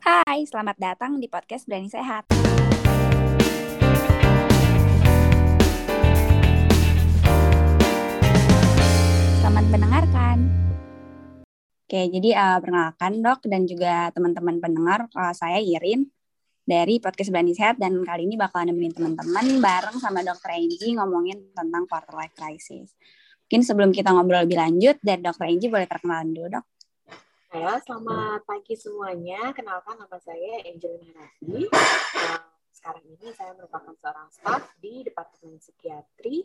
Hai, selamat datang di podcast Berani Sehat. Selamat mendengarkan. Oke, jadi perkenalkan dok dan juga teman-teman pendengar, saya Irin dari podcast Berani Sehat dan kali ini bakal nemenin teman-teman bareng sama Dr. Angie ngomongin tentang quarter life crisis. Mungkin sebelum kita ngobrol lebih lanjut, dari Dr. Angie boleh perkenalan dulu dok. Halo, selamat pagi semuanya. Kenalkan, nama saya Angelina Hanafi. Sekarang ini saya merupakan seorang staf di Departemen Psikiatri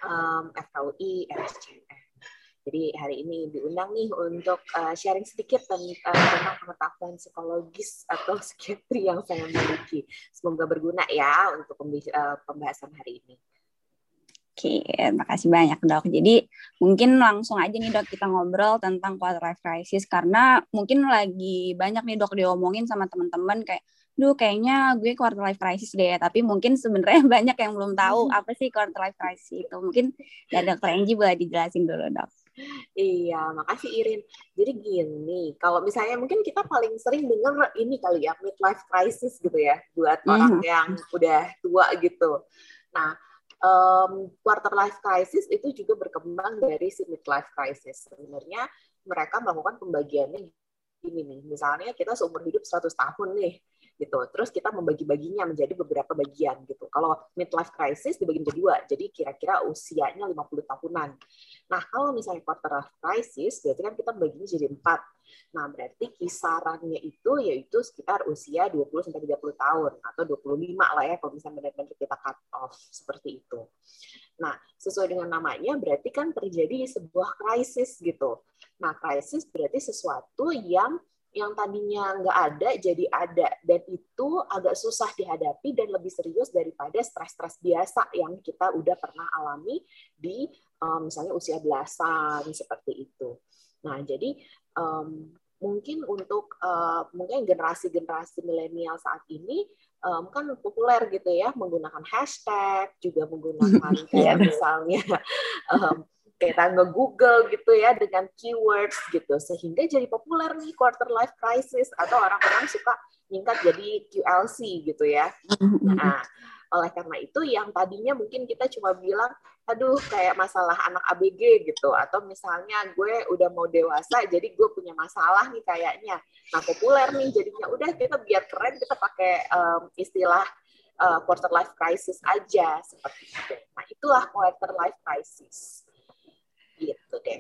FKUI RSCM. Jadi hari ini diundang nih untuk sharing sedikit tentang pengetahuan psikologis atau psikiatri yang saya miliki. Semoga berguna ya untuk pembahasan hari ini. Oke, makasih banyak dok. Jadi mungkin langsung aja nih dok kita ngobrol tentang quarter life crisis karena mungkin lagi banyak nih dok diomongin sama teman-teman kayak, duh kayaknya gue quarter life crisis deh. Tapi mungkin sebenarnya banyak yang belum tahu apa sih quarter life crisis itu. Mungkin dari Dr. Angie boleh dijelasin dulu dok. Iya, makasih Irin. Jadi gini, kalau misalnya mungkin kita paling sering dengar ini kali ya, midlife crisis gitu ya, buat orang yang udah tua gitu. Nah, quarter life crisis itu juga berkembang dari si midlife crisis. Sebenarnya mereka melakukan pembagiannya ini nih. Misalnya kita seumur hidup 100 tahun nih, gitu. Terus kita membagi-baginya menjadi beberapa bagian gitu. Kalau midlife crisis dibagi menjadi dua, jadi kira-kira usianya 50 tahunan. Nah, kalau misalnya quarter life crisis, berarti kan kita baginya jadi 4. Nah, berarti kisarannya itu yaitu sekitar usia 20-30 tahun, atau 25 lah ya, kalau misalnya benar-benar kita cut off, seperti itu. Nah, sesuai dengan namanya, berarti kan terjadi sebuah krisis gitu. Nah, krisis berarti sesuatu yang tadinya nggak ada jadi ada, dan itu agak susah dihadapi dan lebih serius daripada stres-stres biasa yang kita udah pernah alami di misalnya usia belasan seperti itu. Nah, jadi mungkin untuk mungkin generasi-generasi milenial saat ini kan populer gitu ya, menggunakan hashtag, juga menggunakan kayak misalnya kita nge-google gitu ya dengan keywords gitu, sehingga jadi populer nih quarter life crisis, atau orang-orang suka nyingkat jadi QLC gitu ya. Nah, oleh karena itu yang tadinya mungkin kita cuma bilang, aduh kayak masalah anak ABG gitu, atau misalnya gue udah mau dewasa jadi gue punya masalah nih kayaknya. Nah, populer nih jadinya, udah kita biar keren kita pakai istilah quarter life crisis aja seperti itu. Nah, itulah quarter life crisis. Gitu deh.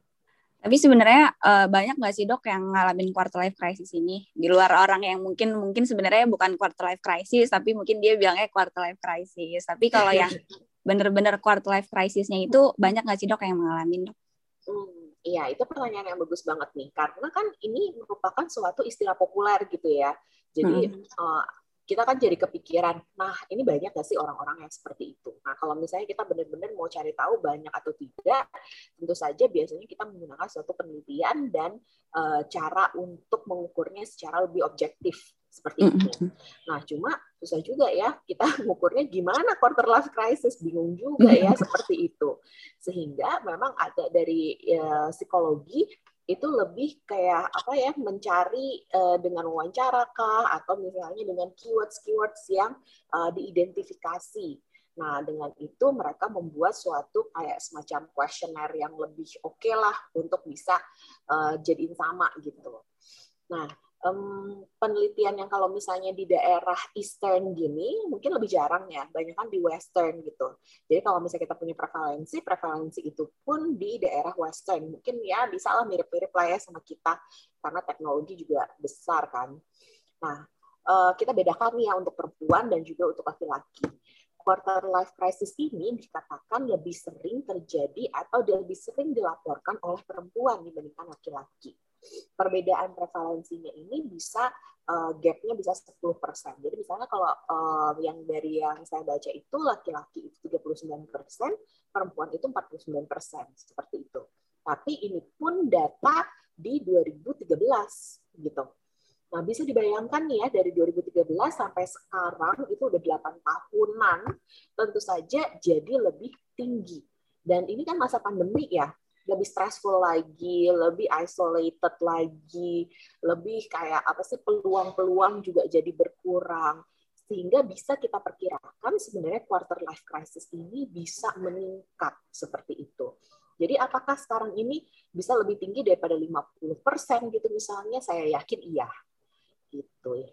Tapi sebenarnya banyak nggak sih dok yang ngalamin quarter life crisis ini di luar orang yang mungkin sebenarnya bukan quarter life crisis tapi mungkin dia bilangnya quarter life crisis. Tapi kalau yang benar-benar quarter life crisisnya itu banyak nggak sih dok yang mengalami dok? Iya, itu pertanyaan yang bagus banget nih, karena kan ini merupakan suatu istilah populer gitu ya. Jadi kita kan jadi kepikiran, nah ini banyak nggak sih orang-orang yang seperti itu? Nah, kalau misalnya kita benar-benar mau cari tahu banyak atau tidak, tentu saja biasanya kita menggunakan suatu penelitian dan cara untuk mengukurnya secara lebih objektif seperti itu. Nah, cuma susah juga ya kita mengukurnya gimana quarter life crisis, bingung juga ya seperti itu. Sehingga memang ada dari psikologi itu lebih kayak apa ya, mencari dengan wawancara kah, atau misalnya dengan keywords yang diidentifikasi. Nah, dengan itu mereka membuat suatu kayak semacam kuesioner yang lebih oke lah untuk bisa jadiin sama gitu. Nah, penelitian yang kalau misalnya di daerah Eastern gini mungkin lebih jarang ya, banyak kan di Western gitu. Jadi kalau misalnya kita punya prevalensi itu pun di daerah Western, mungkin ya bisa lah mirip-mirip lah ya sama kita, karena teknologi juga besar kan. Nah, kita bedakan nih ya untuk perempuan dan juga untuk laki-laki. Quarter life crisis ini dikatakan lebih sering terjadi atau lebih sering dilaporkan oleh perempuan dibandingkan laki-laki. Perbedaan prevalensinya ini bisa gap-nya bisa 10%. Jadi misalnya kalau yang dari yang saya baca itu laki-laki itu 39%, perempuan itu 49%, seperti itu. Tapi ini pun data di 2013 gitu. Nah, bisa dibayangkan nih ya, dari 2013 sampai sekarang itu udah 8 tahunan, tentu saja jadi lebih tinggi. Dan ini kan masa pandemi ya. lebih stressful lagi, lebih isolated lagi, lebih kayak apa sih, peluang-peluang juga jadi berkurang. Sehingga bisa kita perkirakan sebenarnya quarter life crisis ini bisa meningkat seperti itu. Jadi apakah sekarang ini bisa lebih tinggi daripada 50% gitu misalnya? Saya yakin iya. Gitu ya.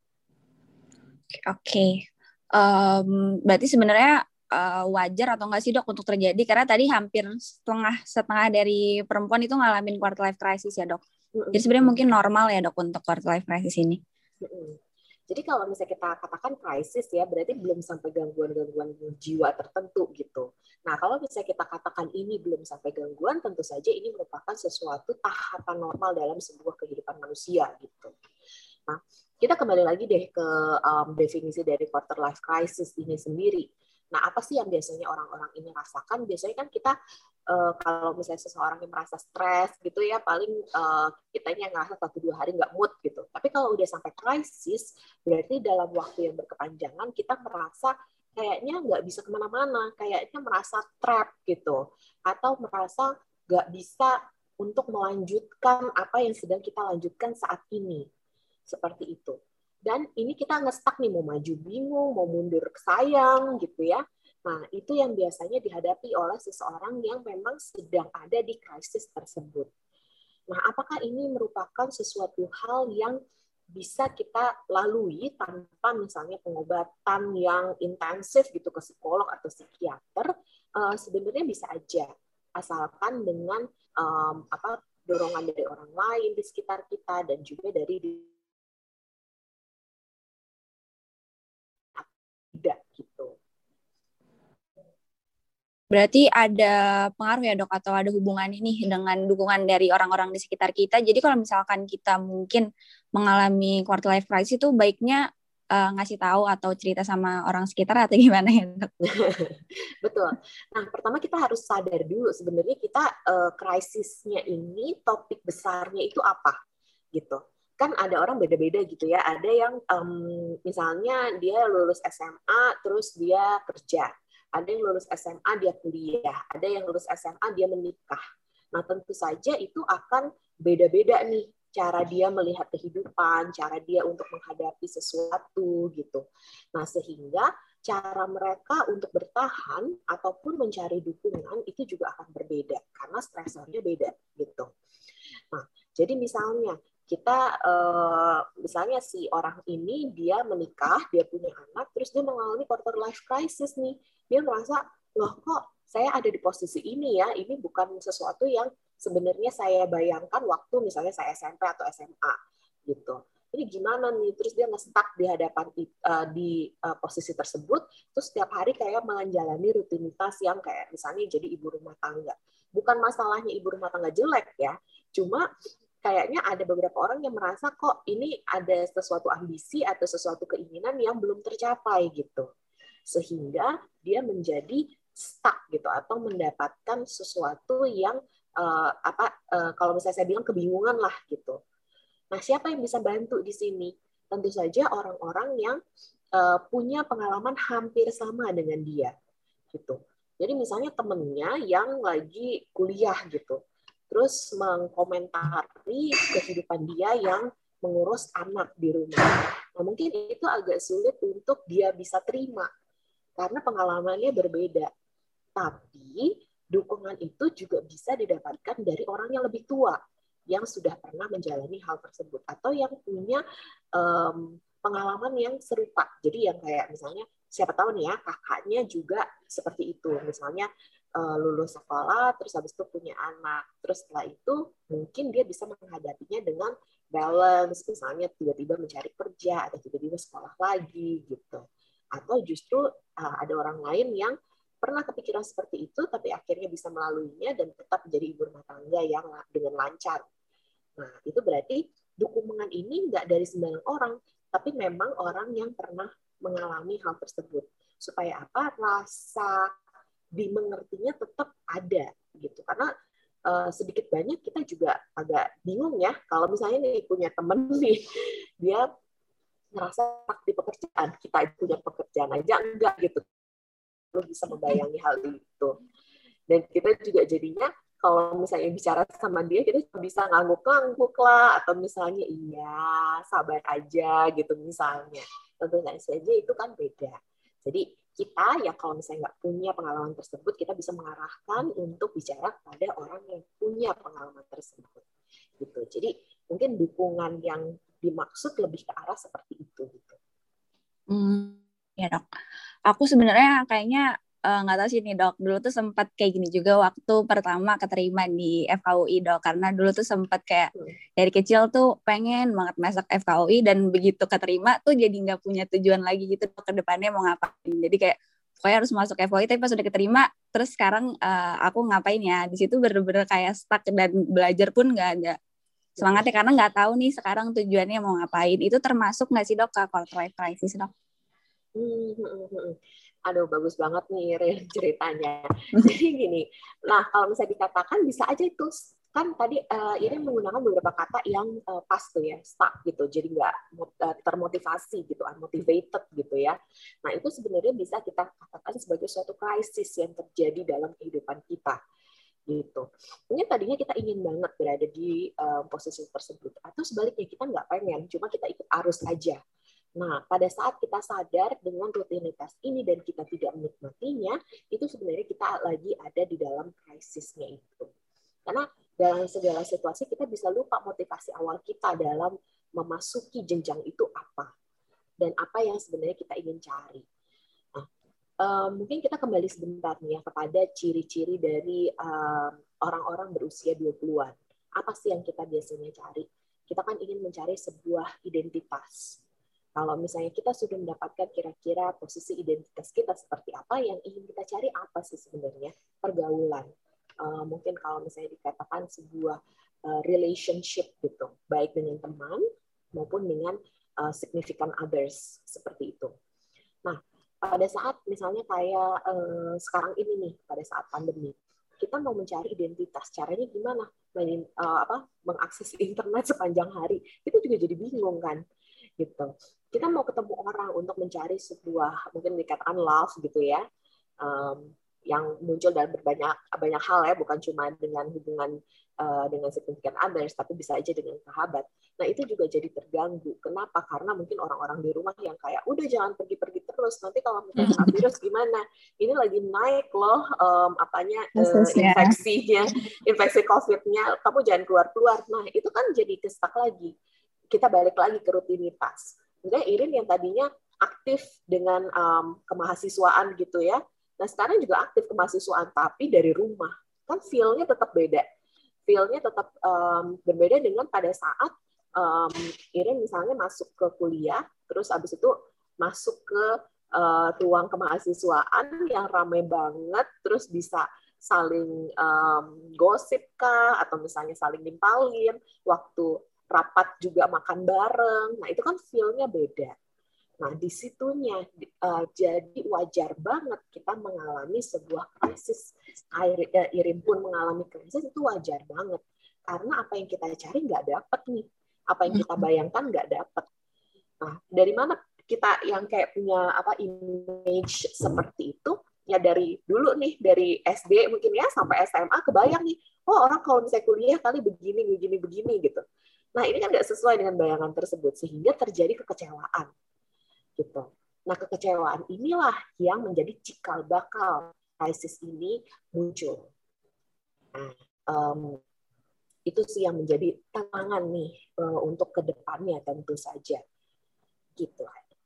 Oke. Berarti sebenarnya wajar atau enggak sih dok untuk terjadi? Karena tadi hampir setengah dari perempuan itu ngalamin quarter life crisis ya dok. Jadi sebenarnya mungkin normal ya dok untuk quarter life crisis ini. Jadi kalau misalnya kita katakan krisis ya, berarti belum sampai gangguan-gangguan jiwa tertentu gitu. Nah, kalau misalnya kita katakan ini belum sampai gangguan, tentu saja ini merupakan sesuatu tahapan normal dalam sebuah kehidupan manusia gitu. Nah, kita kembali lagi deh ke definisi dari quarter life crisis ini sendiri. Nah, apa sih yang biasanya orang-orang ini rasakan? Biasanya kan kita kalau misalnya seseorang yang merasa stres gitu ya, paling kitanya ngerasa 1-2 hari nggak mood gitu. Tapi kalau udah sampai krisis, berarti dalam waktu yang berkepanjangan kita merasa kayaknya nggak bisa kemana-mana, kayaknya merasa trap gitu, atau merasa nggak bisa untuk melanjutkan apa yang sedang kita lanjutkan saat ini. Seperti itu. Dan ini kita nge-stuck nih, mau maju bingung, mau mundur sayang gitu ya. Nah, itu yang biasanya dihadapi oleh seseorang yang memang sedang ada di krisis tersebut. Nah, apakah ini merupakan sesuatu hal yang bisa kita lalui tanpa misalnya pengobatan yang intensif gitu ke psikolog atau psikiater? Sebenarnya bisa aja, asalkan dengan dorongan dari orang lain di sekitar kita dan juga dari tidak gitu. Berarti ada pengaruh ya dok, atau ada hubungan ini dengan dukungan dari orang-orang di sekitar kita. Jadi kalau misalkan kita mungkin mengalami quarter life crisis itu baiknya ngasih tahu atau cerita sama orang sekitar atau gimana ya dok? Betul. Nah, pertama kita harus sadar dulu sebenarnya kita krisisnya ini, topik besarnya itu apa gitu. Kan ada orang beda-beda gitu ya. Ada yang misalnya dia lulus SMA terus dia kerja. Ada yang lulus SMA dia kuliah. Ada yang lulus SMA dia menikah. Nah, tentu saja itu akan beda-beda nih cara dia melihat kehidupan, cara dia untuk menghadapi sesuatu gitu. Nah, sehingga cara mereka untuk bertahan ataupun mencari dukungan itu juga akan berbeda karena stresornya beda gitu. Nah, jadi misalnya kita misalnya si orang ini dia menikah, dia punya anak, terus dia mengalami quarter life crisis nih. Dia merasa, loh kok saya ada di posisi ini ya, ini bukan sesuatu yang sebenarnya saya bayangkan waktu misalnya saya SMP atau SMA gitu. Ini gimana nih? Terus dia nge-stuck di hadapan di posisi tersebut, terus setiap hari kayak menjalani rutinitas yang kayak misalnya jadi ibu rumah tangga. Bukan masalahnya ibu rumah tangga jelek ya, cuma kayaknya ada beberapa orang yang merasa kok ini ada sesuatu ambisi atau sesuatu keinginan yang belum tercapai gitu. Sehingga dia menjadi stuck gitu atau mendapatkan sesuatu yang kalau misalnya saya bilang kebingungan lah gitu. Nah, siapa yang bisa bantu di sini? Tentu saja orang-orang yang punya pengalaman hampir sama dengan dia gitu. Jadi misalnya temennya yang lagi kuliah gitu, terus mengkomentari kehidupan dia yang mengurus anak di rumah. Nah, mungkin itu agak sulit untuk dia bisa terima karena pengalamannya berbeda. Tapi dukungan itu juga bisa didapatkan dari orang yang lebih tua yang sudah pernah menjalani hal tersebut atau yang punya pengalaman yang serupa. Jadi yang kayak misalnya siapa tahu nih ya kakaknya juga seperti itu. Misalnya lulus sekolah, terus habis itu punya anak. Terus setelah itu mungkin dia bisa menghadapinya dengan balance, misalnya tiba-tiba mencari kerja atau tiba-tiba sekolah lagi gitu. Atau justru ada orang lain yang pernah kepikiran seperti itu, tapi akhirnya bisa melaluinya dan tetap menjadi ibu rumah tangga yang dengan lancar. Nah, itu berarti dukungan ini nggak dari sembarang orang, tapi memang orang yang pernah mengalami hal tersebut. Supaya apa? Rasa dimengertinya tetap ada gitu. Karena sedikit banyak kita juga agak bingung ya kalau misalnya nih punya temen nih dia ngerasa di pekerjaan, kita punya pekerjaan aja enggak gitu, lo bisa membayangi hal itu dan kita juga jadinya kalau misalnya bicara sama dia kita cuma bisa ngangguk-ngangguk lah, atau misalnya iya sabar aja gitu misalnya. Tentu saja itu kan beda. Jadi kita ya kalau misalnya nggak punya pengalaman tersebut, kita bisa mengarahkan untuk bicara pada orang yang punya pengalaman tersebut. Gitu. Jadi mungkin dukungan yang dimaksud lebih ke arah seperti itu. Gitu. Ya dok. Aku sebenarnya kayaknya nggak tahu sih nih dok. Dulu tuh sempat kayak gini juga waktu pertama keterima di FKUI dok. Karena dulu tuh sempat kayak dari kecil tuh pengen banget masuk FKUI dan begitu keterima tuh jadi nggak punya tujuan lagi gitu ke depannya mau ngapain. Jadi kayak pokoknya harus masuk FKUI tapi pas udah keterima terus sekarang aku ngapain ya? Di situ bener-bener kayak stuck dan belajar pun nggak ada semangatnya karena nggak tahu nih sekarang tujuannya mau ngapain. Itu termasuk nggak sih dok ke quarter life crisis dok? Aduh, bagus banget nih Irin ceritanya. Jadi gini, nah kalau misalnya dikatakan bisa aja itu kan tadi Irin menggunakan beberapa kata yang pas tuh ya, stuck gitu, jadi nggak termotivasi gitu, unmotivated gitu ya. Nah itu sebenarnya bisa kita katakan sebagai suatu krisis yang terjadi dalam kehidupan kita gitu. Mungkin tadinya kita ingin banget berada di posisi tersebut, atau sebaliknya kita nggak pengen, cuma kita ikut arus aja. Nah, pada saat kita sadar dengan rutinitas ini dan kita tidak menikmatinya, itu sebenarnya kita lagi ada di dalam krisisnya itu. Karena dalam segala situasi kita bisa lupa motivasi awal kita dalam memasuki jenjang itu apa. Dan apa yang sebenarnya kita ingin cari. Nah, mungkin kita kembali sebentar nih ya kepada ciri-ciri dari orang-orang berusia 20-an. Apa sih yang kita biasanya cari? Kita kan ingin mencari sebuah identitas. Kalau misalnya kita sudah mendapatkan kira-kira posisi identitas kita seperti apa, yang ingin kita cari apa sih sebenarnya? Pergaulan. Mungkin kalau misalnya dikatakan sebuah relationship gitu, baik dengan teman maupun dengan significant others, seperti itu. Nah, pada saat misalnya kayak sekarang ini nih, pada saat pandemi, kita mau mencari identitas, caranya gimana? Mengakses internet sepanjang hari, kita juga jadi bingung kan? Gitu. Kita mau ketemu orang untuk mencari sebuah mungkin dikatakan love gitu ya, yang muncul dalam banyak hal ya, bukan cuma dengan hubungan dengan significant others, tapi bisa aja dengan sahabat. Nah itu juga jadi terganggu. Kenapa? Karena mungkin orang-orang di rumah yang kayak udah jangan pergi-pergi terus. Nanti kalau misalnya kena virus gimana? Ini lagi naik loh infeksinya, infeksi COVID-nya. Kamu jangan keluar-keluar. Nah itu kan jadi kestak lagi. Kita balik lagi ke rutinitas. Misalnya Irin yang tadinya aktif dengan kemahasiswaan gitu ya, nah sekarang juga aktif kemahasiswaan tapi dari rumah, kan feel-nya tetap beda. Feel-nya tetap berbeda dengan pada saat Irin misalnya masuk ke kuliah, terus abis itu masuk ke ruang kemahasiswaan yang ramai banget, terus bisa saling gosip kah, atau misalnya saling nimpalin, waktu rapat juga makan bareng. Nah, itu kan feel-nya beda. Nah, di situnya jadi wajar banget kita mengalami sebuah krisis. Irin pun mengalami krisis, itu wajar banget. Karena apa yang kita cari nggak dapat nih. Apa yang kita bayangkan nggak dapat. Nah, dari mana kita yang kayak punya image seperti itu? Ya dari dulu nih, dari SD mungkin ya sampai SMA kebayang nih, oh orang kalau misalnya kuliah kali begini gitu. Nah, ini kan nggak sesuai dengan bayangan tersebut, sehingga terjadi kekecewaan. Gitu. Nah, kekecewaan inilah yang menjadi cikal bakal krisis ini muncul. Nah, itu sih yang menjadi tantangan nih untuk kedepannya tentu saja. Gitu.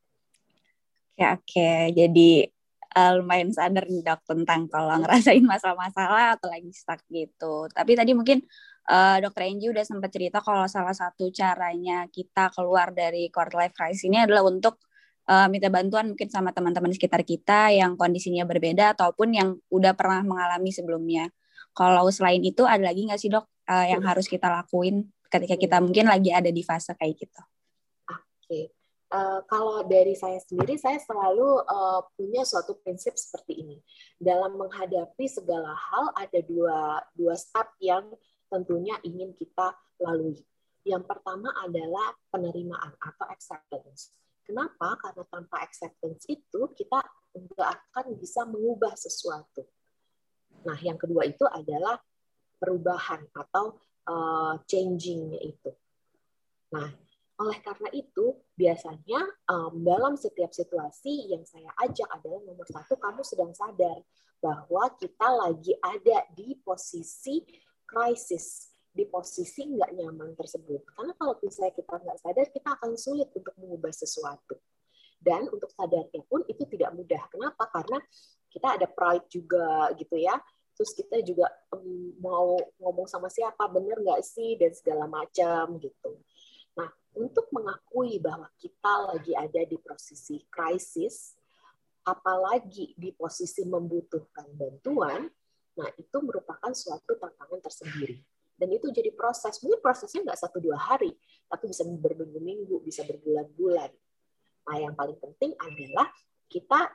Oke. Jadi lumayan sadar nih dok tentang kalau ngerasain masalah-masalah atau lagi stuck gitu. Tapi tadi mungkin Dokter Angie udah sempat cerita kalau salah satu caranya kita keluar dari quarter life crisis ini adalah untuk minta bantuan mungkin sama teman-teman di sekitar kita yang kondisinya berbeda ataupun yang udah pernah mengalami sebelumnya. Kalau selain itu ada lagi nggak sih dok yang harus kita lakuin ketika kita mungkin lagi ada di fase kayak gitu? Oke. Kalau dari saya sendiri, saya selalu punya suatu prinsip seperti ini. Dalam menghadapi segala hal, ada dua step yang tentunya ingin kita lalui. Yang pertama adalah penerimaan atau acceptance. Kenapa? Karena tanpa acceptance itu, kita nggak akan bisa mengubah sesuatu. Nah, yang kedua itu adalah perubahan atau changing-nya itu. Nah, oleh karena itu, biasanya dalam setiap situasi yang saya ajak adalah nomor satu, kamu sedang sadar bahwa kita lagi ada di posisi krisis, di posisi nggak nyaman tersebut. Karena kalau misalnya kita nggak sadar, kita akan sulit untuk mengubah sesuatu. Dan untuk sadarnya pun itu tidak mudah. Kenapa? Karena kita ada pride juga gitu ya. Terus kita juga mau ngomong sama siapa, bener nggak sih, dan segala macam gitu. Nah, untuk mengakui bahwa kita lagi ada di posisi krisis, apalagi di posisi membutuhkan bantuan, nah itu merupakan suatu tantangan tersendiri. Dan itu jadi proses. Mungkin prosesnya nggak 1-2 hari, tapi bisa berminggu-minggu, bisa berbulan-bulan. Nah, yang paling penting adalah kita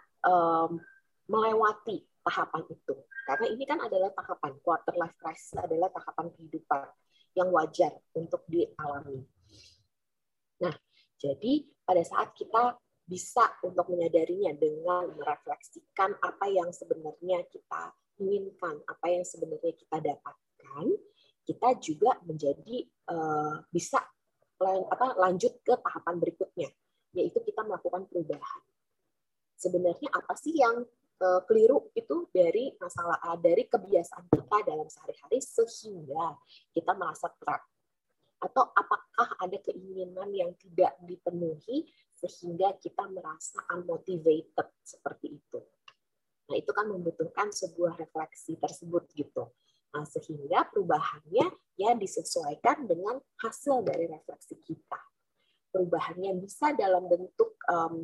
melewati tahapan itu. Karena ini kan adalah tahapan, quarter life crisis adalah tahapan kehidupan yang wajar untuk dialami. Nah, jadi pada saat kita bisa untuk menyadarinya dengan merefleksikan apa yang sebenarnya kita inginkan, apa yang sebenarnya kita dapatkan, kita juga menjadi bisa lanjut ke tahapan berikutnya, yaitu kita melakukan perubahan. Sebenarnya apa sih yang keliru itu dari kebiasaan kita dalam sehari-hari sehingga kita merasa trap? Atau apakah ada keinginan yang tidak dipenuhi sehingga kita merasa unmotivated seperti itu? Nah, itu kan membutuhkan sebuah refleksi tersebut gitu. Nah, sehingga perubahannya ya disesuaikan dengan hasil dari refleksi kita. Perubahannya bisa dalam bentuk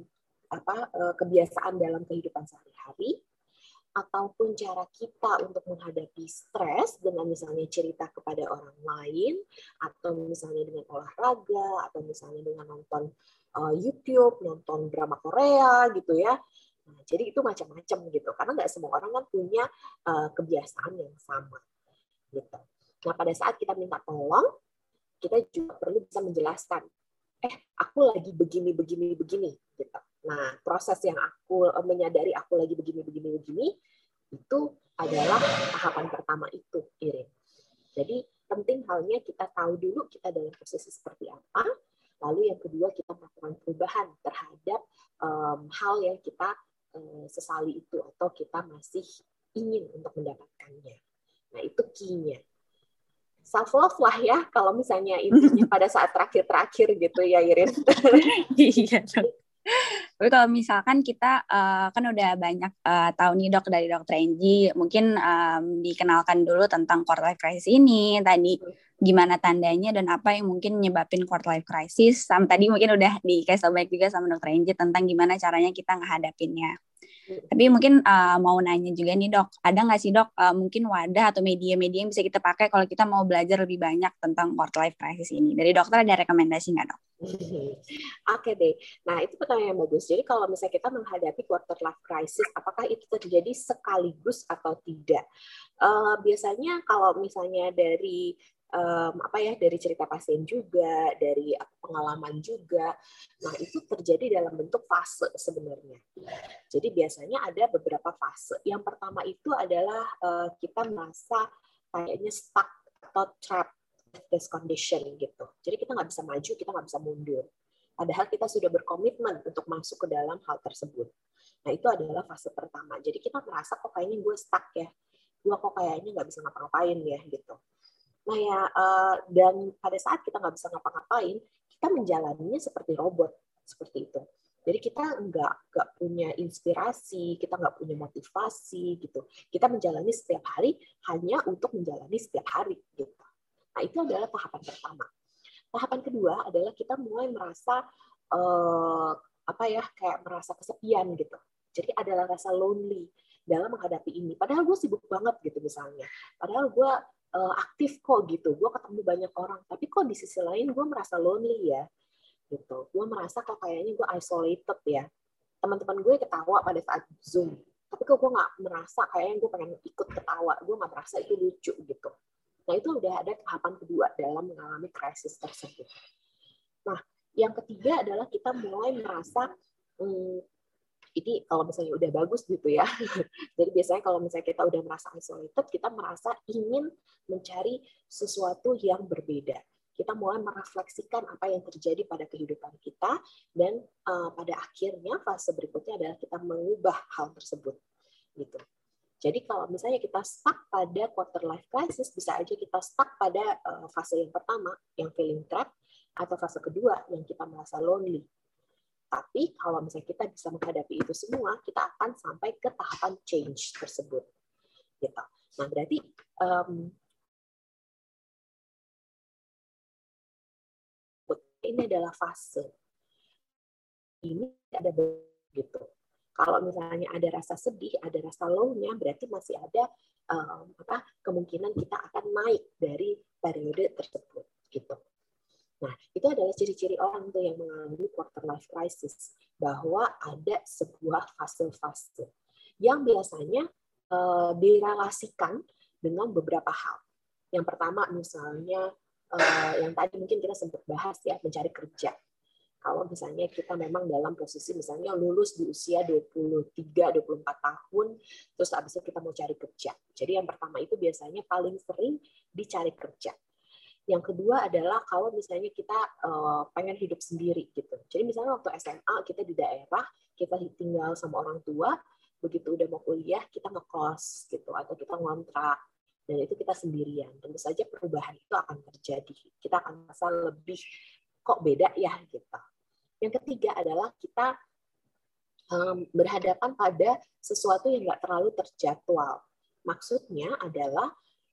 kebiasaan dalam kehidupan sehari-hari, ataupun cara kita untuk menghadapi stres dengan misalnya cerita kepada orang lain, atau misalnya dengan olahraga, atau misalnya dengan nonton YouTube, nonton drama Korea gitu ya. Nah, jadi itu macam-macam gitu, karena nggak semua orang kan punya kebiasaan yang sama gitu. Nah, pada saat kita minta tolong, kita juga perlu bisa menjelaskan, aku lagi begini gitu. Nah, proses yang aku menyadari aku lagi begini itu adalah tahapan pertama itu, Irin. Jadi penting halnya kita tahu dulu kita dalam posisi seperti apa, lalu yang kedua kita melakukan perubahan terhadap hal yang kita sesali itu atau kita masih ingin untuk mendapatkannya. Nah, itu key-nya. Self love lah ya kalau misalnya intinya pada saat terakhir gitu ya, Irin. Iya. Tapi kalau misalkan kita kan udah banyak tahu nih dok dari dokter Angie, mungkin dikenalkan dulu tentang quarter life crisis ini tadi, gimana tandanya dan apa yang mungkin nyebabin quarter life crisis. Sama tadi mungkin udah dikasih tahu baik juga sama dokter Angie tentang gimana caranya kita ngehadapinnya. Tapi mungkin mau nanya juga nih dok, ada nggak sih dok mungkin wadah atau media-media yang bisa kita pakai kalau kita mau belajar lebih banyak tentang quarter life crisis ini? Dari dokter ada rekomendasi nggak dok? Oke deh. Nah, itu pertanyaan yang bagus. Jadi kalau misalnya kita menghadapi quarter life crisis, apakah itu terjadi sekaligus atau tidak? Biasanya kalau misalnya dari dari cerita pasien juga, dari pengalaman juga, nah itu terjadi dalam bentuk fase sebenarnya. Jadi biasanya ada beberapa fase. Yang pertama itu adalah kita merasa kayaknya stuck atau trapped this condition gitu. Jadi kita nggak bisa maju, kita nggak bisa mundur. Padahal kita sudah berkomitmen untuk masuk ke dalam hal tersebut. Nah, itu adalah fase pertama. Jadi kita merasa kok kayaknya gue stuck ya. Gue kok kayaknya nggak bisa ngapa-ngapain ya gitu. Nah ya, dan pada saat kita nggak bisa ngapa-ngapain, kita menjalaninya seperti robot, seperti itu. Jadi kita nggak punya inspirasi, kita nggak punya motivasi gitu. Kita menjalani setiap hari hanya untuk menjalani setiap hari gitu. Nah, itu adalah tahapan pertama. Tahapan kedua adalah kita mulai merasa kayak merasa kesepian gitu. Jadi adalah rasa lonely dalam menghadapi ini. Padahal gue sibuk banget gitu misalnya. Padahal gue aktif kok gitu. Gue ketemu banyak orang. Tapi kok di sisi lain gue merasa lonely ya. Gitu. Gue merasa kok kayaknya gue isolated ya. Teman-teman gue ketawa pada saat Zoom. Tapi kok gue nggak merasa kayaknya gue pengen ikut ketawa. Gue nggak merasa itu lucu gitu. Nah, itu udah ada tahapan kedua dalam mengalami krisis tersebut. Nah, yang ketiga adalah kita mulai merasa Ini kalau misalnya udah bagus gitu ya. Jadi biasanya kalau misalnya kita udah merasa isolated, kita merasa ingin mencari sesuatu yang berbeda. Kita mulai merefleksikan apa yang terjadi pada kehidupan kita, dan pada akhirnya fase berikutnya adalah kita mengubah hal tersebut. Gitu. Jadi kalau misalnya kita stuck pada quarter life crisis, bisa aja kita stuck pada fase yang pertama, yang feeling trapped, atau fase kedua, yang kita merasa lonely. Tapi kalau misalnya kita bisa menghadapi itu semua, kita akan sampai ke tahapan change tersebut. Gitu. Nah, berarti ini adalah fase. Ini ada begitu. Kalau misalnya ada rasa sedih, ada rasa low-nya, berarti masih ada kemungkinan kita akan naik dari periode tersebut. Gitu. Nah, itu adalah ciri-ciri orang tuh yang mengalami quarter life crisis, bahwa ada sebuah fase-fase yang biasanya direlasikan dengan beberapa hal. Yang pertama misalnya yang tadi mungkin kita sempat bahas ya, mencari kerja. Kalau misalnya kita memang dalam posisi misalnya lulus di usia 23-24 tahun, terus habis itu kita mau cari kerja. Jadi yang pertama itu biasanya paling sering dicari kerja. Yang kedua adalah kalau misalnya kita pengen hidup sendiri gitu. Jadi misalnya waktu SMA kita di daerah, kita tinggal sama orang tua, begitu udah mau kuliah kita ngekos gitu, atau kita ngontrak, dan itu kita sendirian. Tentu saja perubahan itu akan terjadi. Kita akan merasa lebih kok beda ya gitu. Yang ketiga adalah kita berhadapan pada sesuatu yang nggak terlalu terjadwal. Maksudnya adalah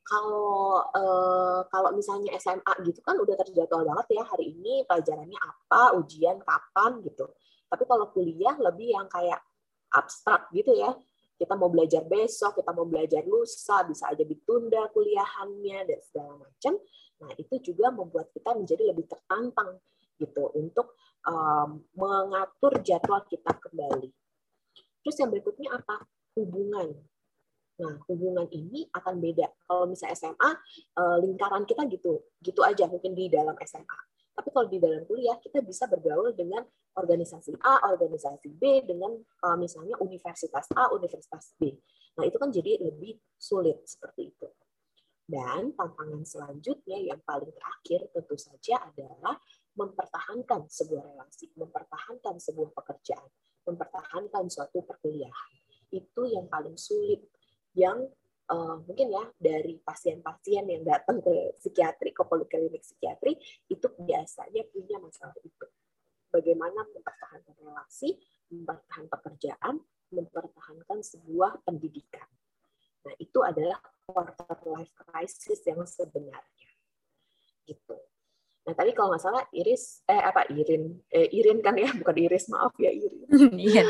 kalau misalnya SMA gitu kan udah terjadwal banget ya, hari ini pelajarannya apa, ujian kapan gitu. Tapi kalau kuliah lebih yang kayak abstrak gitu ya. Kita mau belajar besok, kita mau belajar lusa, bisa aja ditunda kuliahannya dan segala macam. Nah, itu juga membuat kita menjadi lebih tertantang gitu untuk mengatur jadwal kita kembali. Terus yang berikutnya apa? Hubungan. Nah, hubungan ini akan beda. Kalau misalnya SMA, lingkaran kita gitu aja mungkin di dalam SMA. Tapi kalau di dalam kuliah, kita bisa bergaul dengan organisasi A, organisasi B, dengan misalnya universitas A, universitas B. Nah, itu kan jadi lebih sulit seperti itu. Dan tantangan selanjutnya yang paling terakhir tentu saja adalah mempertahankan sebuah relasi, mempertahankan sebuah pekerjaan, mempertahankan suatu perkuliahan. Itu yang paling sulit, yang mungkin ya dari pasien-pasien yang datang ke psikiatri, ke poliklinik psikiatri, itu biasanya punya masalah itu. Bagaimana mempertahankan relasi, mempertahankan pekerjaan, mempertahankan sebuah pendidikan. Nah, itu adalah quarter life crisis yang sebenarnya. Gitu. Nah, tadi kalau nggak salah Irin kan ya, bukan Iris, maaf ya Irin. Iya,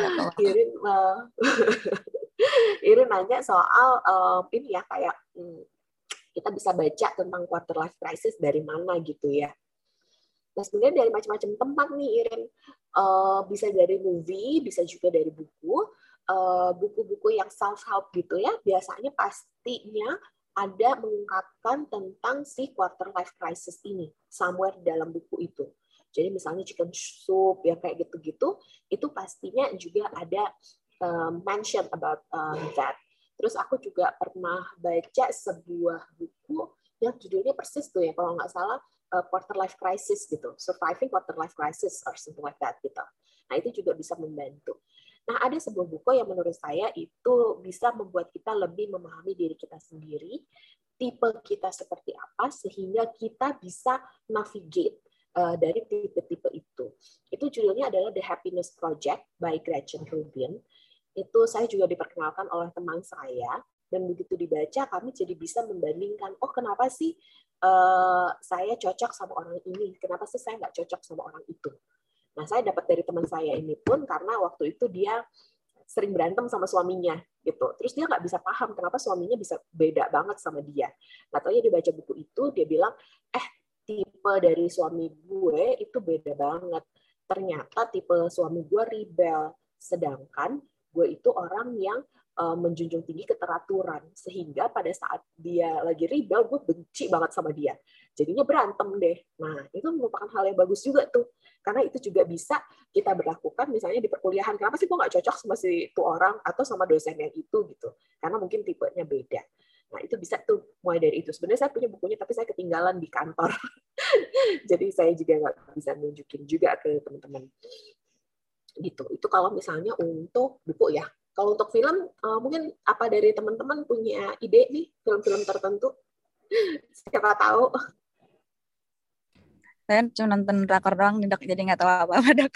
Irin nanya soal ini ya, kayak kita bisa baca tentang quarter life crisis dari mana gitu ya. Nah, sebenarnya dari macam-macam tempat nih Irin. Bisa dari movie, bisa juga dari buku. Buku-buku yang self-help gitu ya, biasanya pastinya ada mengungkapkan tentang si quarter life crisis ini somewhere dalam buku itu. Jadi misalnya chicken soup yang kayak gitu-gitu, itu pastinya juga ada mention about that. Terus aku juga pernah baca sebuah buku yang judulnya persis tuh ya, kalau nggak salah quarter life crisis gitu, surviving quarter life crisis or something like that gitu. Nah, itu juga bisa membantu. Nah, ada sebuah buku yang menurut saya itu bisa membuat kita lebih memahami diri kita sendiri, tipe kita seperti apa, sehingga kita bisa navigate dari tipe-tipe itu. Itu judulnya adalah The Happiness Project by Gretchen Rubin. Itu saya juga diperkenalkan oleh teman saya, dan begitu dibaca kami jadi bisa membandingkan, oh kenapa sih saya cocok sama orang ini, kenapa sih saya nggak cocok sama orang itu. Nah, saya dapat dari teman saya ini pun karena waktu itu dia sering berantem sama suaminya gitu. Terus dia nggak bisa paham kenapa suaminya bisa beda banget sama dia. Nah, taunya dia baca buku itu, dia bilang, tipe dari suami gue itu beda banget. Ternyata tipe suami gue rebel, sedangkan gue itu orang yang menjunjung tinggi keteraturan, sehingga pada saat dia lagi rebel, gue benci banget sama dia. Jadinya berantem deh. Nah, itu merupakan hal yang bagus juga tuh. Karena itu juga bisa kita berlakukan misalnya di perkuliahan. Kenapa sih gue nggak cocok sama si itu orang atau sama dosen yang itu gitu? Karena mungkin tipenya beda. Nah, itu bisa tuh mulai dari itu. Sebenarnya saya punya bukunya, tapi saya ketinggalan di kantor. Jadi saya juga nggak bisa nunjukin juga ke teman-teman. Gitu. Itu kalau misalnya untuk buku ya. Kalau untuk film, mungkin apa dari teman-teman punya ide nih, film-film tertentu? Siapa tahu. Saya cuma nonton drakor doang nih, Dok, jadi nggak tahu apa-apa, Dok.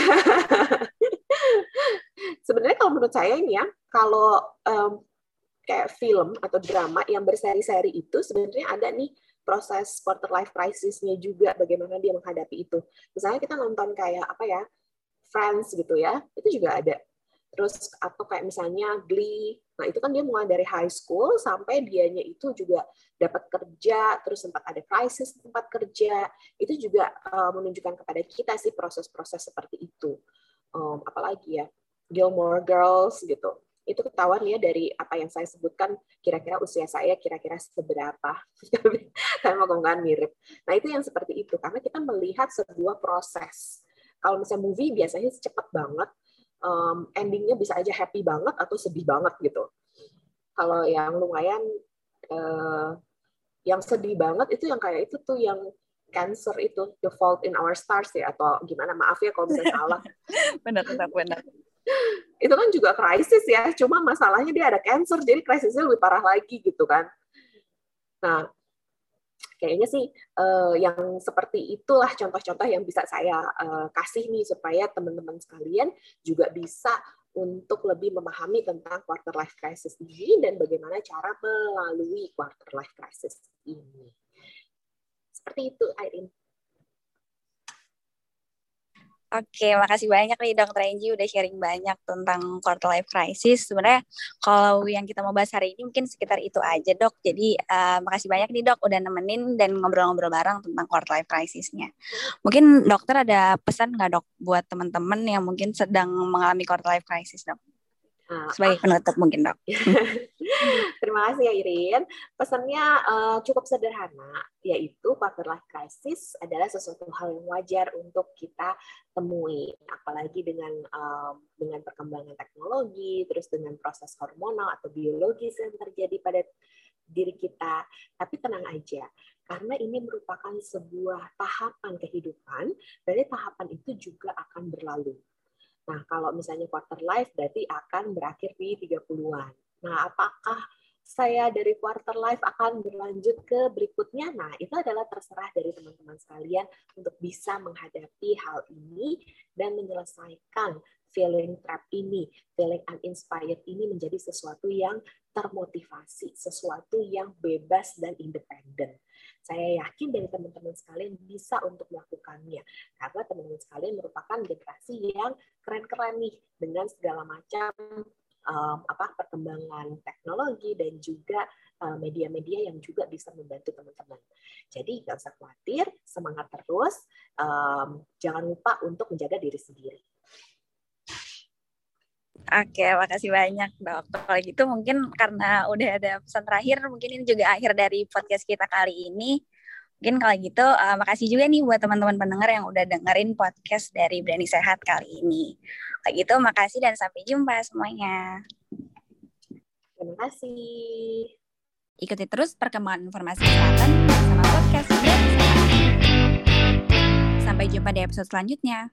Sebenarnya kalau menurut saya ini ya, kalau kayak film atau drama yang berseri-seri itu sebenarnya ada nih proses quarter life crisis-nya juga, bagaimana dia menghadapi itu. Misalnya kita nonton kayak apa ya, Friends gitu ya, itu juga ada. Terus atau kayak misalnya Glee, nah itu kan dia mulai dari high school sampai dianya itu juga dapat kerja, terus sempat ada krisis tempat kerja, itu juga menunjukkan kepada kita sih proses-proses seperti itu. Apalagi ya, Gilmore Girls gitu, itu ketahuan ya dari apa yang saya sebutkan, kira-kira usia saya kira-kira seberapa, saya ngomongkan mirip. Nah itu yang seperti itu, karena kita melihat sebuah proses. Kalau misalnya movie biasanya cepat banget, endingnya bisa aja happy banget atau sedih banget gitu. Kalau yang lumayan yang sedih banget itu yang kayak itu tuh yang Cancer itu, The Fault in Our Stars ya, atau gimana, maaf ya kalau misalnya salah. Benar. Itu kan juga krisis ya, cuma masalahnya dia ada cancer, jadi krisisnya lebih parah lagi gitu kan. Nah, kayaknya sih yang seperti itulah contoh-contoh yang bisa saya kasih nih supaya teman-teman sekalian juga bisa untuk lebih memahami tentang quarter life crisis ini dan bagaimana cara melalui quarter life crisis ini. Seperti itu, Irene. Oke, makasih banyak nih Dr. Angie udah sharing banyak tentang quarter life crisis. Sebenarnya kalau yang kita mau bahas hari ini mungkin sekitar itu aja, Dok. Jadi makasih banyak nih Dok udah nemenin dan ngobrol-ngobrol bareng tentang quarter life crisisnya. Mungkin dokter ada pesan nggak Dok buat teman-teman yang mungkin sedang mengalami quarter life crisis, Dok? Sebagai penutup mungkin, Dok. Terima kasih ya Irin. Pesannya cukup sederhana, yaitu quarter life crisis adalah sesuatu hal yang wajar untuk kita temui, apalagi dengan perkembangan teknologi, terus dengan proses hormonal atau biologis yang terjadi pada diri kita. Tapi tenang aja, karena ini merupakan sebuah tahapan kehidupan, dari tahapan itu juga akan berlalu. Nah, kalau misalnya quarter life berarti akan berakhir di 30-an. Nah, apakah saya dari quarter life akan berlanjut ke berikutnya? Nah, itu adalah terserah dari teman-teman sekalian untuk bisa menghadapi hal ini dan menyelesaikan feeling trap ini, feeling uninspired ini menjadi sesuatu yang termotivasi, sesuatu yang bebas dan independen. Saya yakin dari teman-teman sekalian bisa untuk melakukannya, karena teman-teman sekalian merupakan generasi yang keren-keren nih dengan segala macam perkembangan teknologi dan juga media-media yang juga bisa membantu teman-teman. Jadi nggak usah khawatir, semangat terus, jangan lupa untuk menjaga diri sendiri. Oke, makasih banyak Dok. Kalau gitu mungkin karena udah ada pesan terakhir, mungkin ini juga akhir dari podcast kita kali ini. Mungkin kalau gitu, makasih juga nih buat teman-teman pendengar yang udah dengerin podcast dari Berani Sehat kali ini. Kayak gitu, makasih dan sampai jumpa semuanya. Terima kasih. Ikuti terus perkembangan informasi kesehatan bersama podcast Berani Sehat. Sampai jumpa di episode selanjutnya.